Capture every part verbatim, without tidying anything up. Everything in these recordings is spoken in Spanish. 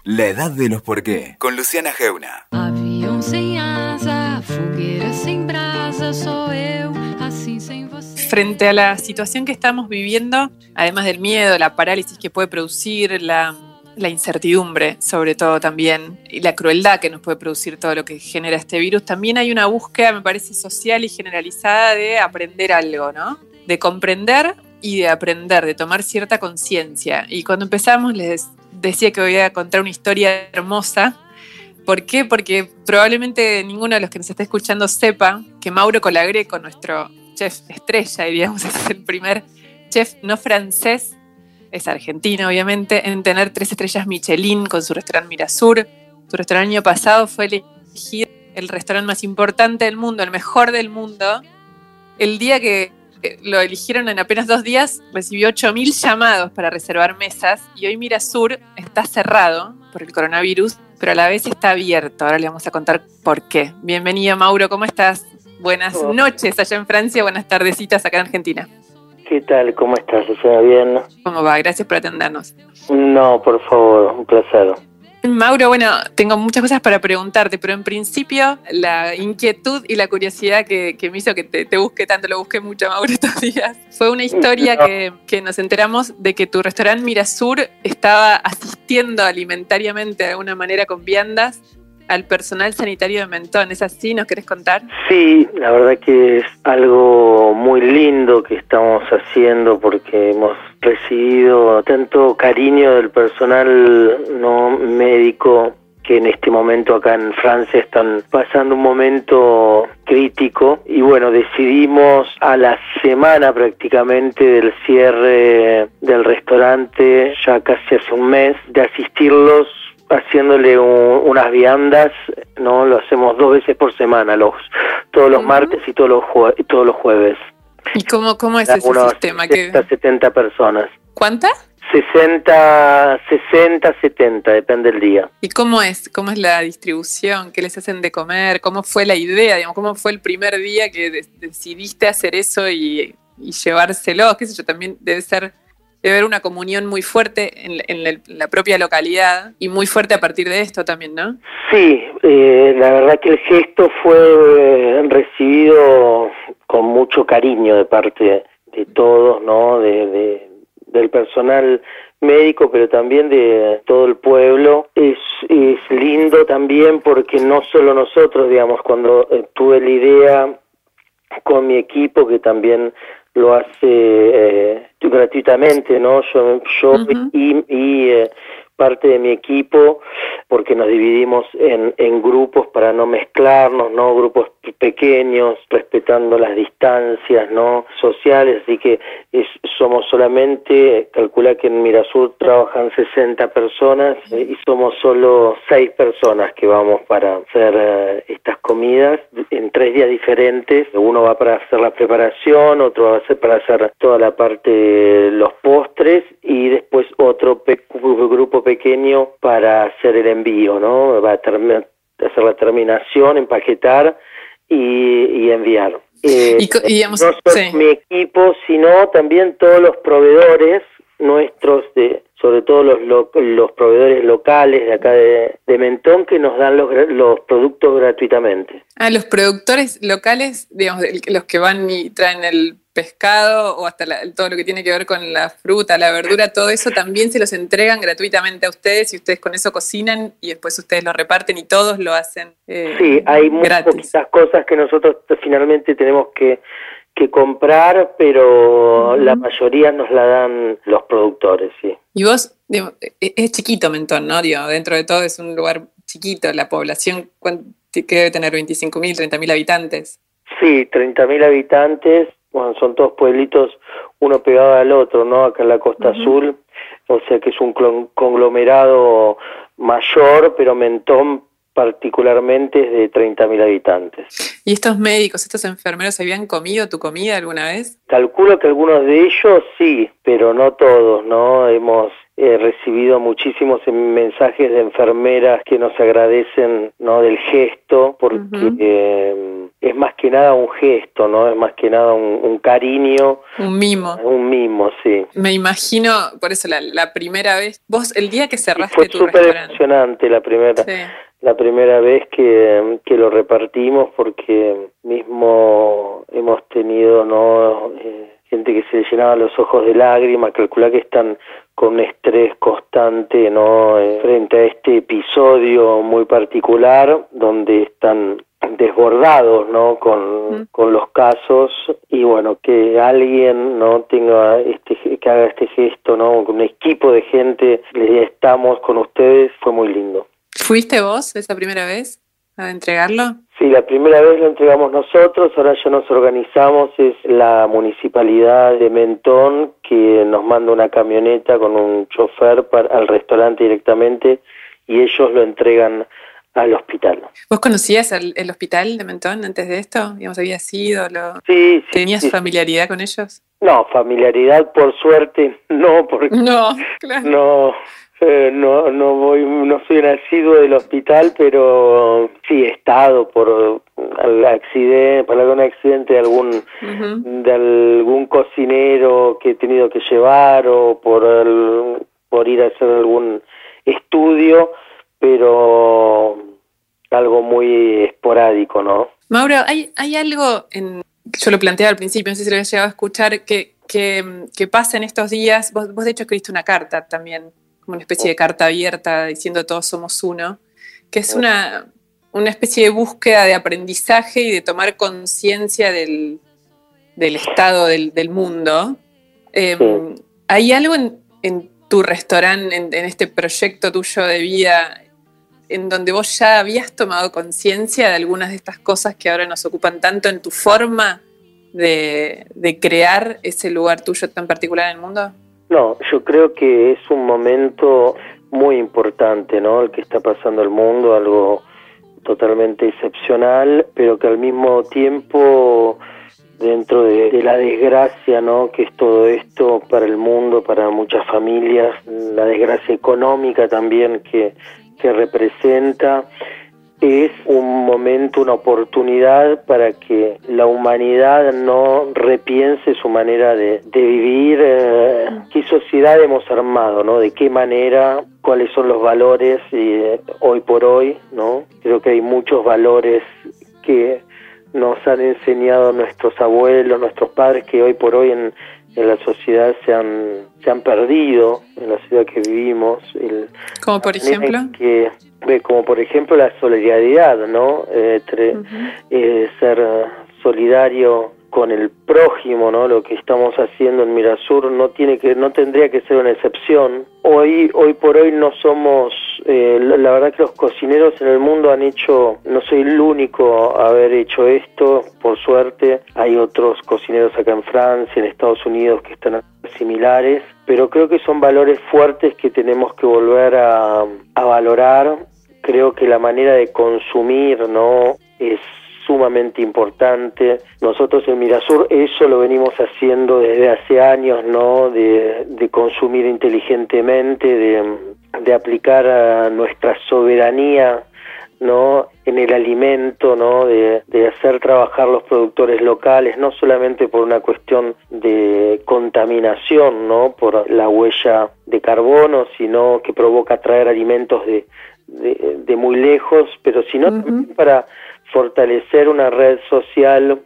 La edad de los por qué, con Luciana Geuna. Avião sem asa, fogueira sem brasa, sou eu, assim sem você. Frente a la situación que estamos viviendo, además del miedo, la parálisis que puede producir, la, la incertidumbre sobre todo también, y la crueldad que nos puede producir todo lo que genera este virus, también hay una búsqueda, me parece, social y generalizada de aprender algo, ¿no? De comprender y de aprender, de tomar cierta conciencia. Y cuando empezamos les decía que voy a contar una historia hermosa. ¿Por qué? Porque probablemente ninguno de los que nos está escuchando sepa que Mauro Colagreco, nuestro chef estrella, diríamos, es el primer chef no francés, es argentino obviamente, en tener tres estrellas Michelin con su restaurante Mirasur. Su restaurante el año pasado fue elegido el restaurante más importante del mundo, el mejor del mundo. El día que lo eligieron, en apenas dos días, recibió ocho mil llamados para reservar mesas y hoy Mirasur está cerrado por el coronavirus, pero a la vez está abierto. Ahora le vamos a contar por qué. Bienvenido, Mauro, ¿cómo estás? Buenas oh. noches allá en Francia, buenas tardecitas acá en Argentina. ¿Qué tal? ¿Cómo estás? ¿Suena bien? ¿Cómo va? Gracias por atendernos. No, por favor, un placer. Mauro, bueno, tengo muchas cosas para preguntarte, pero en principio la inquietud y la curiosidad que, que me hizo que te, te busque tanto, lo busqué mucho, Mauro, estos días, fue una historia no. que, que nos enteramos de que tu restaurante Mirasur estaba asistiendo alimentariamente de alguna manera con viandas al personal sanitario de Mentón. ¿Es así? ¿Nos querés contar? Sí, la verdad que es algo muy lindo que estamos haciendo porque hemos recibido tanto cariño del personal no médico que en este momento acá en Francia están pasando un momento crítico y bueno, decidimos a la semana prácticamente del cierre del restaurante, ya casi hace un mes, de asistirlos haciéndole un, unas viandas, no lo hacemos dos veces por semana, los todos los uh-huh. martes y todos los jue- todos los jueves. ¿Y cómo cómo es ese sistema? sesenta, que setenta personas. ¿Cuánta? sesenta, sesenta, setenta, depende del día. ¿Y cómo es? ¿Cómo es la distribución? ¿Qué les hacen de comer? ¿Cómo fue la idea? Digamos, ¿cómo fue el primer día que de- decidiste hacer eso y, y llevárselo? ¿Qué sé yo? También debe ser debe haber una comunión muy fuerte en, en, la, en la propia localidad y muy fuerte a partir de esto también, ¿no? Sí, eh, la verdad que el gesto fue eh, recibido con mucho cariño de parte de todos, ¿no? De, de, del personal médico, pero también de todo el pueblo. Es, es lindo también porque no solo nosotros, digamos, cuando eh, tuve la idea con mi equipo, que también lo hace eh, gratuitamente, ¿no? Yo, yo uh-huh. y, y eh, parte de mi equipo, porque nos dividimos en, en grupos para no mezclarnos, ¿no? Grupos pequeños, respetando las distancias, ¿no? Sociales, así que es, somos solamente, calcula que en Mirasur trabajan sesenta personas eh, y somos solo seis personas que vamos para hacer eh, estas comidas en tres días diferentes. Uno va para hacer la preparación, otro va a ser para hacer toda la parte de los postres y después otro pe- grupo pequeño para hacer el envío, ¿no? Va a term- hacer la terminación, empaquetar y, y enviar. Eh, y, y digamos, no solo sí. mi equipo, sino también todos los proveedores nuestros, de sobre todo los lo, los proveedores locales de acá de, de Mentón, que nos dan los, los productos gratuitamente. Ah, los productores locales, digamos, los que van y traen el pescado o hasta la, todo lo que tiene que ver con la fruta, la verdura, todo eso también se los entregan gratuitamente a ustedes y ustedes con eso cocinan y después ustedes lo reparten y todos lo hacen eh, sí, hay muy gratis. Poquitas cosas que nosotros finalmente tenemos que que comprar, pero uh-huh. la mayoría nos la dan los productores, sí. Y vos, digo, es chiquito Mentón, ¿no? Digo, dentro de todo es un lugar chiquito, la población, ¿qué debe tener? ¿veinticinco mil, treinta mil habitantes? Sí, treinta mil habitantes, bueno, son todos pueblitos, uno pegado al otro, ¿no? Acá en la Costa uh-huh. Azul, o sea que es un conglomerado mayor, pero Mentón particularmente es de treinta mil habitantes. ¿Y estos médicos, estos enfermeros, habían comido tu comida alguna vez? Calculo que algunos de ellos sí, pero no todos, ¿no? Hemos he recibido muchísimos mensajes de enfermeras que nos agradecen, ¿no?, del gesto, porque uh-huh. eh, es más que nada un gesto, ¿no? Es más que nada un, un cariño. Un mimo. Un mimo, sí. Me imagino, por eso la, la primera vez, vos el día que cerraste fue tu súper restaurante. Emocionante la primera, sí. la primera vez que, que lo repartimos, porque mismo hemos tenido, ¿no?, eh, gente que se le llenaba los ojos de lágrimas. Calculá que están con un estrés constante, ¿no?, eh, frente a este episodio muy particular, donde están desbordados, ¿no?, con, mm. con los casos, y bueno, que alguien, ¿no?, tenga este, que haga este gesto, ¿no?, con un equipo de gente, les estamos con ustedes, fue muy lindo. ¿Fuiste vos esa primera vez a entregarlo? Sí, la primera vez lo entregamos nosotros, ahora ya nos organizamos, es la municipalidad de Mentón que nos manda una camioneta con un chofer para, al restaurante directamente, y ellos lo entregan al hospital. ¿Vos conocías el, el hospital de Mentón antes de esto? Digamos, ¿habías ido? Lo... Sí, sí. ¿Tenías sí, familiaridad sí. con ellos? No, familiaridad por suerte no, porque no, claro. no, eh, no, no voy, no soy un asiduo del hospital, pero sí he estado por el accidente, por algún accidente de algún uh-huh. de algún cocinero que he tenido que llevar, o por el, por ir a hacer algún estudio, pero algo muy esporádico, ¿no? Mauro, hay hay algo en yo lo planteaba al principio, no sé si lo habías llegado a escuchar, que, que, que pasa en estos días. Vos, vos de hecho escribiste una carta también, como una especie de carta abierta diciendo todos somos uno, que es una, una especie de búsqueda de aprendizaje y de tomar conciencia del, del estado del, del mundo. Eh, sí. ¿Hay algo en, en tu restaurante, en, en este proyecto tuyo de vida, en donde vos ya habías tomado conciencia de algunas de estas cosas que ahora nos ocupan tanto en tu forma de, de crear ese lugar tuyo tan particular en el mundo? No, yo creo que es un momento muy importante, ¿no?, el que está pasando el mundo, algo totalmente excepcional, pero que al mismo tiempo, dentro de, de la desgracia, ¿no?, que es todo esto para el mundo, para muchas familias, la desgracia económica también que que representa, es un momento, una oportunidad para que la humanidad no repiense su manera de, de vivir, eh, qué sociedad hemos armado, ¿no?, de qué manera, cuáles son los valores eh, hoy por hoy, ¿no? Creo que hay muchos valores que nos han enseñado nuestros abuelos, nuestros padres, que hoy por hoy en en la sociedad se han se han perdido, en la ciudad que vivimos. El, ¿Como por ejemplo? Que, como por ejemplo la solidaridad, ¿no? Eh, entre, uh-huh. eh, ser solidario con el prójimo, ¿no? Lo que estamos haciendo en Mirasur no tiene que, no tendría que ser una excepción. Hoy, hoy por hoy no somos, eh, la, la verdad que los cocineros en el mundo han hecho, no soy el único a haber hecho esto, por suerte. Hay otros cocineros acá en Francia, en Estados Unidos que están similares, pero creo que son valores fuertes que tenemos que volver a, a valorar. Creo que la manera de consumir, ¿no?, es sumamente importante. Nosotros en Mirasur eso lo venimos haciendo desde hace años, ¿no?, de, de consumir inteligentemente, de, de aplicar a nuestra soberanía, ¿no?, en el alimento, ¿no?, de, de hacer trabajar los productores locales, no solamente por una cuestión de contaminación, ¿no?, por la huella de carbono, sino que provoca traer alimentos de, de, de muy lejos, pero sino uh-huh. también para fortalecer una red social,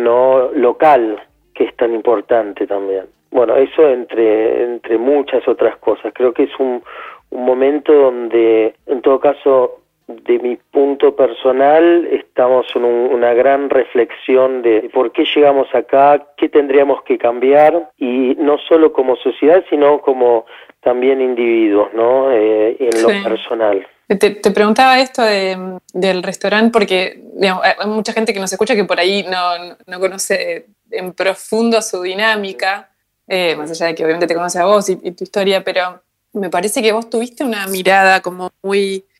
no local, que es tan importante también. Bueno, eso entre entre muchas otras cosas. Creo que es un, un momento donde, en todo caso, de mi punto personal, estamos en un, una gran reflexión de por qué llegamos acá, qué tendríamos que cambiar, y no solo como sociedad, sino como también individuos, ¿no?, eh, en lo sí. personal. Te, te preguntaba esto de, del restaurante porque, digamos, hay mucha gente que nos escucha que por ahí no, no conoce en profundo su dinámica, eh, más allá de que obviamente te conoce a vos y, y tu historia, pero me parece que vos tuviste una mirada como muy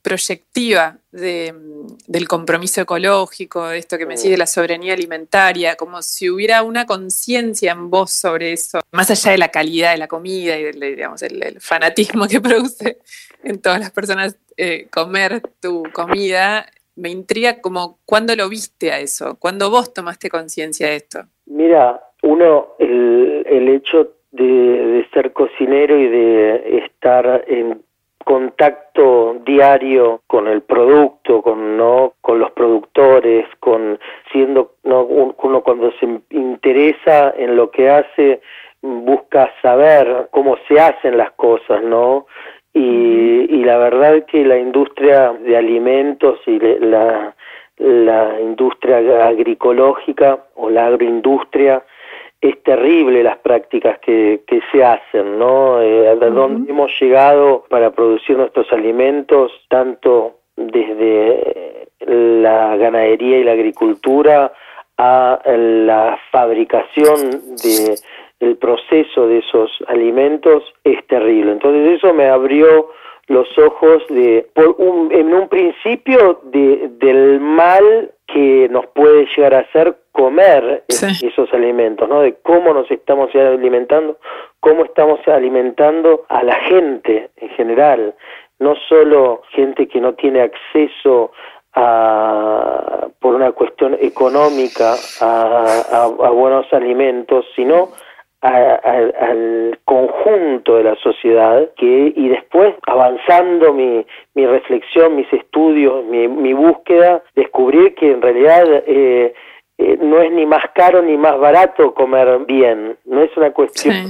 proyectiva de, del compromiso ecológico, de esto que me decís de la soberanía alimentaria, como si hubiera una conciencia en vos sobre eso, más allá de la calidad de la comida y del, digamos, el, el fanatismo que produce en todas las personas eh, comer tu comida. Me intriga como cuándo lo viste a eso, cuándo vos tomaste conciencia de esto. Mira, uno, el, el hecho de, de ser cocinero y de estar en contacto diario con el producto, con no, con los productores, con siendo no, uno cuando se interesa en lo que hace busca saber cómo se hacen las cosas, ¿no? Y, y la verdad es que la industria de alimentos y la, la industria agroecológica o la agroindustria es terrible las prácticas que, que se hacen, ¿no? Eh, a uh-huh. dónde hemos llegado para producir nuestros alimentos, tanto desde la ganadería y la agricultura a la fabricación de el proceso de esos alimentos, es terrible. Entonces eso me abrió los ojos de, por un, en un principio, de, del mal que nos puede llegar a hacer comer sí. esos alimentos, ¿no? De cómo nos estamos alimentando, cómo estamos alimentando a la gente en general, no solo gente que no tiene acceso a, por una cuestión económica a, a, a buenos alimentos, sino a, a, al conjunto de la sociedad, que y después avanzando mi, mi reflexión, mis estudios, mi, mi búsqueda, descubrir que en realidad eh, eh, no es ni más caro ni más barato comer bien, no es una cuestión sí.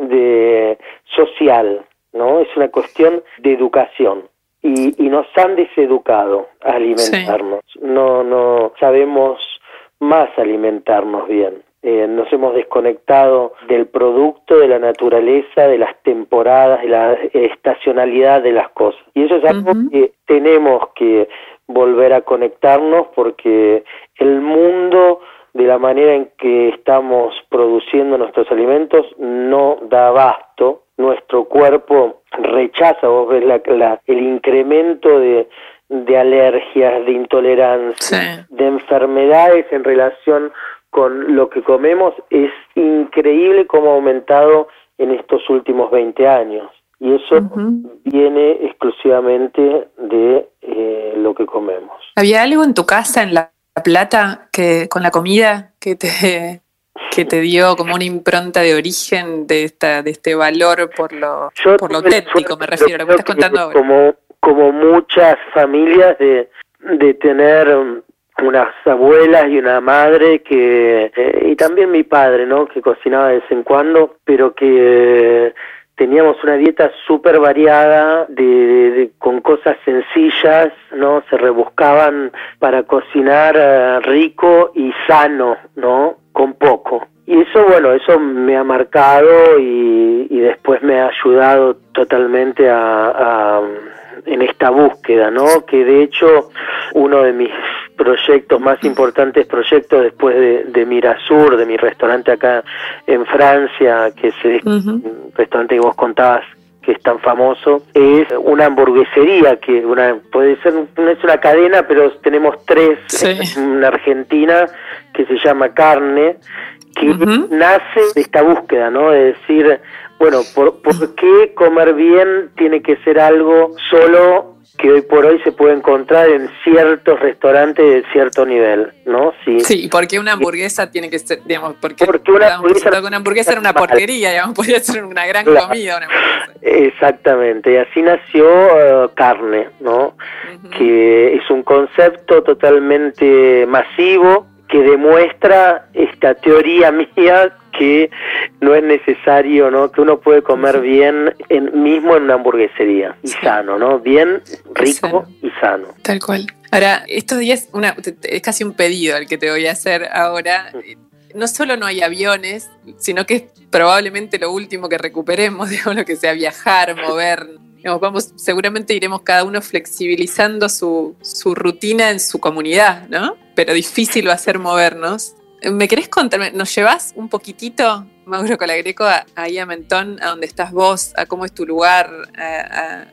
de social, ¿no? Es una cuestión de educación. Y, y nos han deseducado a alimentarnos, sí. no, no sabemos más alimentarnos bien. Eh, nos hemos desconectado del producto, de la naturaleza, de las temporadas, de la estacionalidad de las cosas. Y eso es algo uh-huh. que tenemos que volver a conectarnos, porque el mundo, de la manera en que estamos produciendo nuestros alimentos, no da abasto. Nuestro cuerpo rechaza, vos ves la, la, el incremento de, de alergias, de intolerancia, sí. de enfermedades en relación con lo que comemos, es increíble cómo ha aumentado en estos últimos veinte años. Y eso uh-huh. viene exclusivamente de eh, lo que comemos. ¿Había algo en tu casa, en La Plata, que con la comida, que te... que te dio como una impronta de origen de esta de este valor por lo Yo por lo auténtico, me refiero a lo que estás contando ahora? Como, como muchas familias, de, de tener unas abuelas y una madre que eh, y también mi padre, ¿no? Que cocinaba de vez en cuando, pero que eh, teníamos una dieta súper variada, de, de, de, con cosas sencillas, ¿no? Se rebuscaban para cocinar uh, rico y sano, ¿no? Con poco. Y eso, bueno, eso me ha marcado y, y después me ha ayudado totalmente a, a, en esta búsqueda, ¿no? Que de hecho uno de mis proyectos más importantes, proyectos después de, de Mirasur, de mi restaurante acá en Francia, que es el uh-huh. restaurante que vos contabas, que es tan famoso, es una hamburguesería que una puede ser, no es una cadena, pero tenemos tres sí. en Argentina, que se llama Carne, que uh-huh. nace de esta búsqueda, ¿no? De decir, bueno, ¿por, ¿por qué comer bien tiene que ser algo solo que hoy por hoy se puede encontrar en ciertos restaurantes de cierto nivel, ¿no? Sí, sí, porque una hamburguesa tiene que ser, digamos, porque, porque una, hamburguesa, una hamburguesa era una porquería, digamos, podría ser una gran claro. comida una hamburguesa. Exactamente, y así nació uh, Carne, ¿no? Uh-huh. Que es un concepto totalmente masivo que demuestra esta teoría mía que no es necesario, ¿no? Que uno puede comer sí. bien en, mismo en una hamburguesería y sí. sano, ¿no? Bien, rico sano. y sano. Tal cual. Ahora, estos días una, es casi un pedido el que te voy a hacer ahora. No solo no hay aviones, sino que es probablemente lo último que recuperemos, digamos, lo que sea viajar, mover. Digamos, vamos, seguramente iremos cada uno flexibilizando su, su rutina en su comunidad, ¿no? Pero difícil va a ser movernos. ¿Me querés contar? ¿Nos llevas un poquitito, Mauro Colagreco, ahí a Mentón, a donde estás vos, a cómo es tu lugar, a, a,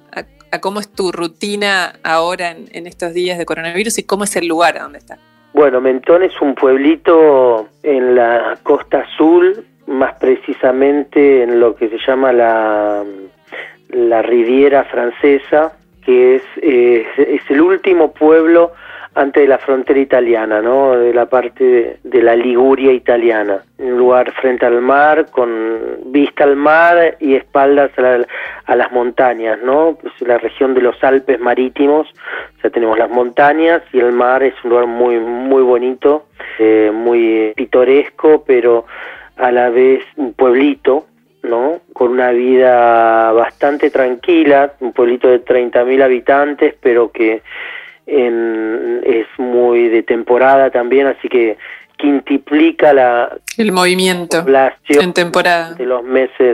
a, a cómo es tu rutina ahora en, en estos días de coronavirus y cómo es el lugar a donde estás. Bueno, Mentón es un pueblito en la costa azul, más precisamente en lo que se llama la, la Riviera Francesa, que es, eh, es el último pueblo antes de la frontera italiana, ¿no? De la parte de, de la Liguria italiana. Un lugar frente al mar, con vista al mar y espaldas a, la, a las montañas, ¿no? Pues la región de los Alpes marítimos, o sea, tenemos las montañas y el mar. Es un lugar muy, muy bonito, eh, muy pintoresco, pero a la vez un pueblito, ¿no? Con una vida bastante tranquila, un pueblito de treinta mil habitantes, pero que en, es muy de temporada también, así que quintuplica la el movimiento población en temporada de los meses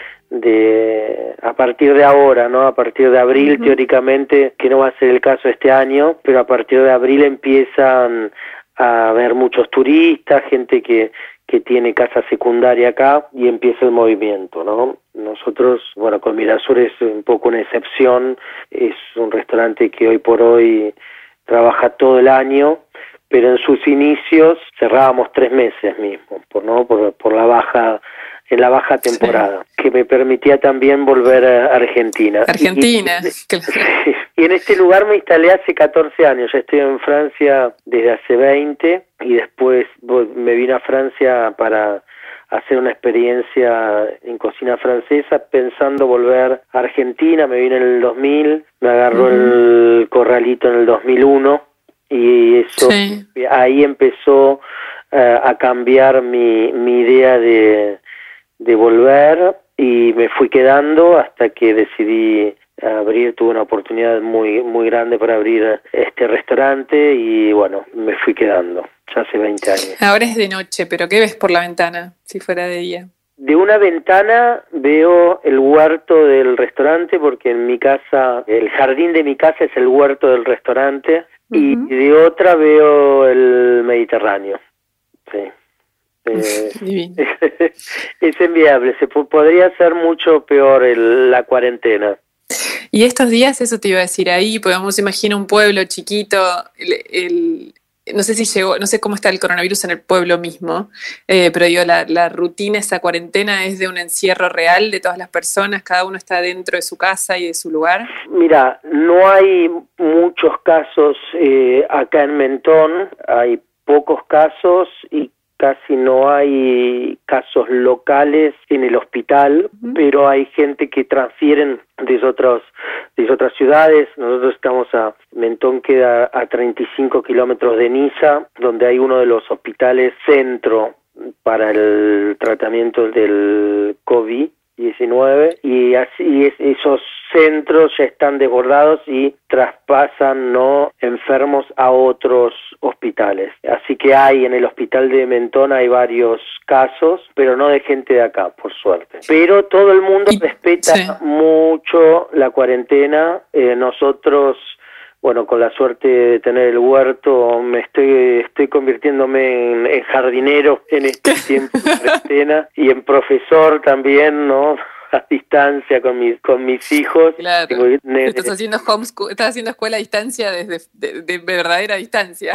de a partir de ahora, ¿no? A partir de abril, uh-huh. teóricamente, que no va a ser el caso este año, pero a partir de abril empiezan a haber muchos turistas, gente que que tiene casa secundaria acá, y empieza el movimiento, ¿no? Nosotros, bueno, con Mirasur es un poco una excepción, es un restaurante que hoy por hoy trabaja todo el año, pero en sus inicios cerrábamos tres meses mismo, por no por, por la baja en la baja temporada, sí. que me permitía también volver a Argentina. Argentina, y, claro. Y en este lugar me instalé hace catorce años, ya estoy en Francia desde hace veinte, y después me vine a Francia para hacer una experiencia en cocina francesa, pensando volver a Argentina. Me vine en el dos mil, me agarró uh-huh. el corralito en el dos mil uno, y eso sí. ahí empezó uh, a cambiar mi, mi idea de de volver, y me fui quedando hasta que decidí abrir. Tuve una oportunidad muy muy grande para abrir este restaurante y bueno, me fui quedando ya hace veinte años. Ahora es de noche, pero ¿qué ves por la ventana si fuera de día? De una ventana veo el huerto del restaurante, porque en mi casa, el jardín de mi casa es el huerto del restaurante, uh-huh. y de otra veo el Mediterráneo. Sí. Eh, es enviable, se po- podría ser mucho peor el, la cuarentena. Y estos días, eso te iba a decir, ahí podemos imaginar un pueblo chiquito, el, el, no sé si llegó, no sé cómo está el coronavirus en el pueblo mismo, eh, pero digo, la, la rutina, esa cuarentena es de un encierro real de todas las personas, cada uno está dentro de su casa y de su lugar. Mira, no hay muchos casos eh, acá en Mentón, hay pocos casos y casi no hay casos locales en el hospital, uh-huh. pero hay gente que transfieren desde otros, desde otras ciudades. Nosotros estamos a, Mentón queda a treinta y cinco kilómetros de Niza, donde hay uno de los hospitales centro para el tratamiento del COVID diecinueve, y así es, esos centros ya están desbordados y traspasan no enfermos a otros hospitales. Así que hay en el hospital de Mentón hay varios casos, pero no de gente de acá, por suerte. Pero todo el mundo respeta sí. mucho la cuarentena. Eh, nosotros, bueno, con la suerte de tener el huerto, me estoy estoy convirtiéndome en, en jardinero en este tiempo de cuarentena y en profesor también, ¿no? A distancia con mis con mis hijos. Claro. Estás haciendo homeschool, estás haciendo escuela a distancia desde de, de, de verdadera distancia.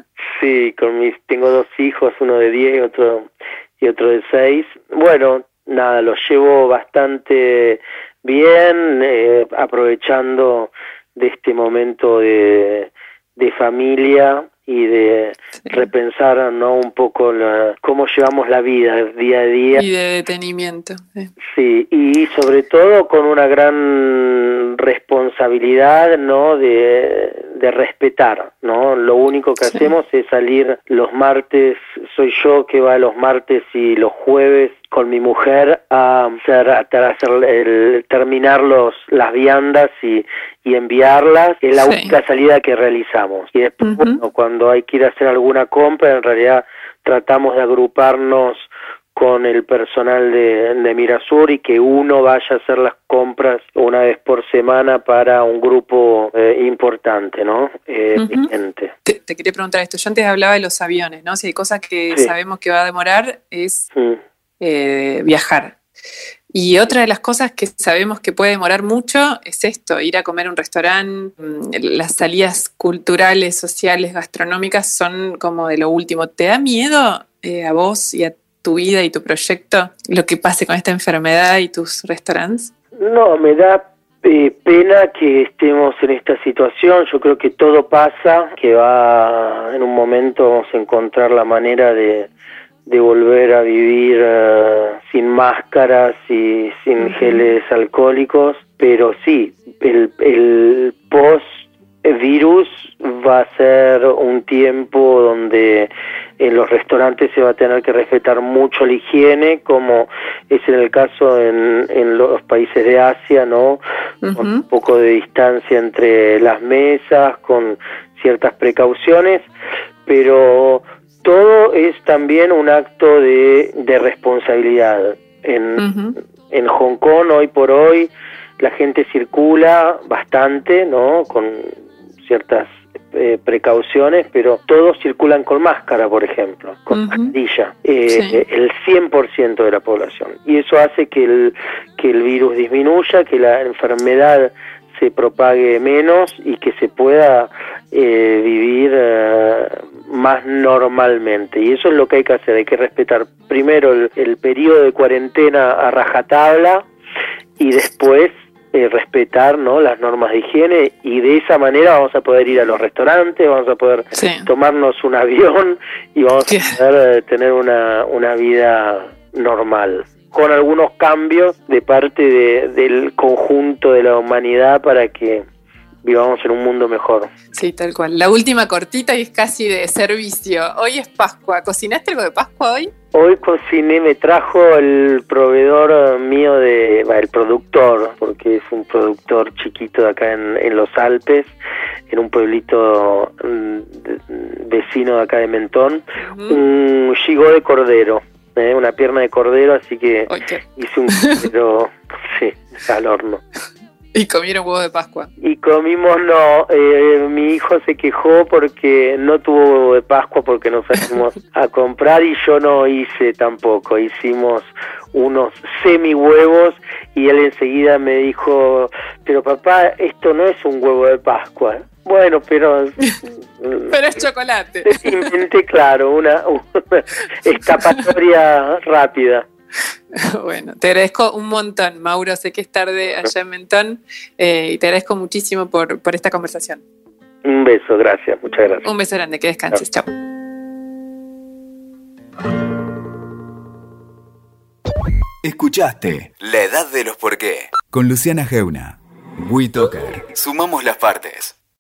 Sí, con mis tengo dos hijos, uno de diez y otro y otro de seis. Bueno, nada, los llevo bastante bien, eh, aprovechando de este momento de, de familia y de sí. repensar, ¿no? Un poco la, cómo llevamos la vida día a día. Y de detenimiento. Sí. Sí, y sobre todo con una gran responsabilidad, ¿no? De, de respetar, ¿no? Lo único que sí. hacemos es salir los martes, soy yo que va los martes y los jueves con mi mujer a hacer, a hacer el, terminar los, las viandas y, y enviarlas. Es la sí. única salida que realizamos. Y después, uh-huh. bueno, cuando hay que ir a hacer alguna compra, en realidad tratamos de agruparnos con el personal de, de Mirasur y que uno vaya a hacer las compras una vez por semana para un grupo eh, importante, ¿no? Eh, uh-huh. gente. Te, te quería preguntar esto. Yo antes hablaba de los aviones, ¿no? Si hay cosas que sí. sabemos que va a demorar es... Uh-huh. Eh, viajar. Y otra de las cosas que sabemos que puede demorar mucho es esto, ir a comer a un restaurante. Las salidas culturales, sociales, gastronómicas son como de lo último. ¿Te da miedo eh, a vos y a tu vida y tu proyecto lo que pase con esta enfermedad y tus restaurantes? No, me da eh, pena que estemos en esta situación. Yo creo que todo pasa, que va en un momento vamos a encontrar la manera de de volver a vivir uh, sin máscaras y sin uh-huh. geles alcohólicos, pero sí, el, el post-virus va a ser un tiempo donde en los restaurantes se va a tener que respetar mucho la higiene, como es en el caso en, en los países de Asia, ¿no? Uh-huh. Con un poco de distancia entre las mesas, con ciertas precauciones, pero todo es también un acto de, de responsabilidad. En, uh-huh. en Hong Kong, hoy por hoy, la gente circula bastante, ¿no? Con ciertas eh, precauciones, pero todos circulan con máscara, por ejemplo, con uh-huh. mascarilla, eh, sí. el cien por ciento de la población. Y eso hace que el, que el virus disminuya, que la enfermedad se propague menos y que se pueda eh, vivir eh, más normalmente. Y eso es lo que hay que hacer, hay que respetar primero el, el periodo de cuarentena a rajatabla y después eh, respetar, ¿no?, las normas de higiene, y de esa manera vamos a poder ir a los restaurantes, vamos a poder sí. tomarnos un avión y vamos sí. a poder eh, tener una, una vida normal, con algunos cambios de parte de, del conjunto de la humanidad para que vivamos en un mundo mejor. Sí, tal cual. La última cortita y es casi de servicio. Hoy es Pascua. ¿Cocinaste algo de Pascua hoy? Hoy cociné, me trajo el proveedor mío, de, el productor, porque es un productor chiquito de acá en, en los Alpes, en un pueblito mm, vecino de acá de Mentón, uh-huh. un gigó de cordero. Eh, una pierna de cordero, así que okay. hice un cordero sí, al horno. ¿Y comieron huevo de Pascua? Y comimos, no, eh, mi hijo se quejó porque no tuvo huevo de Pascua porque nos salimos a comprar y yo no hice tampoco. Hicimos unos semi huevos y él enseguida me dijo, pero papá, esto no es un huevo de Pascua. Bueno, pero... pero es chocolate. Inventé, claro, una, una escapatoria rápida. Bueno, te agradezco un montón, Mauro. Sé que es tarde allá en Mentón eh, y te agradezco muchísimo por, por esta conversación. Un beso, gracias, muchas gracias. Un beso grande, que descanses, chao. Escuchaste La Edad de los Por qué con Luciana Geuna. WeToker. Sumamos las partes.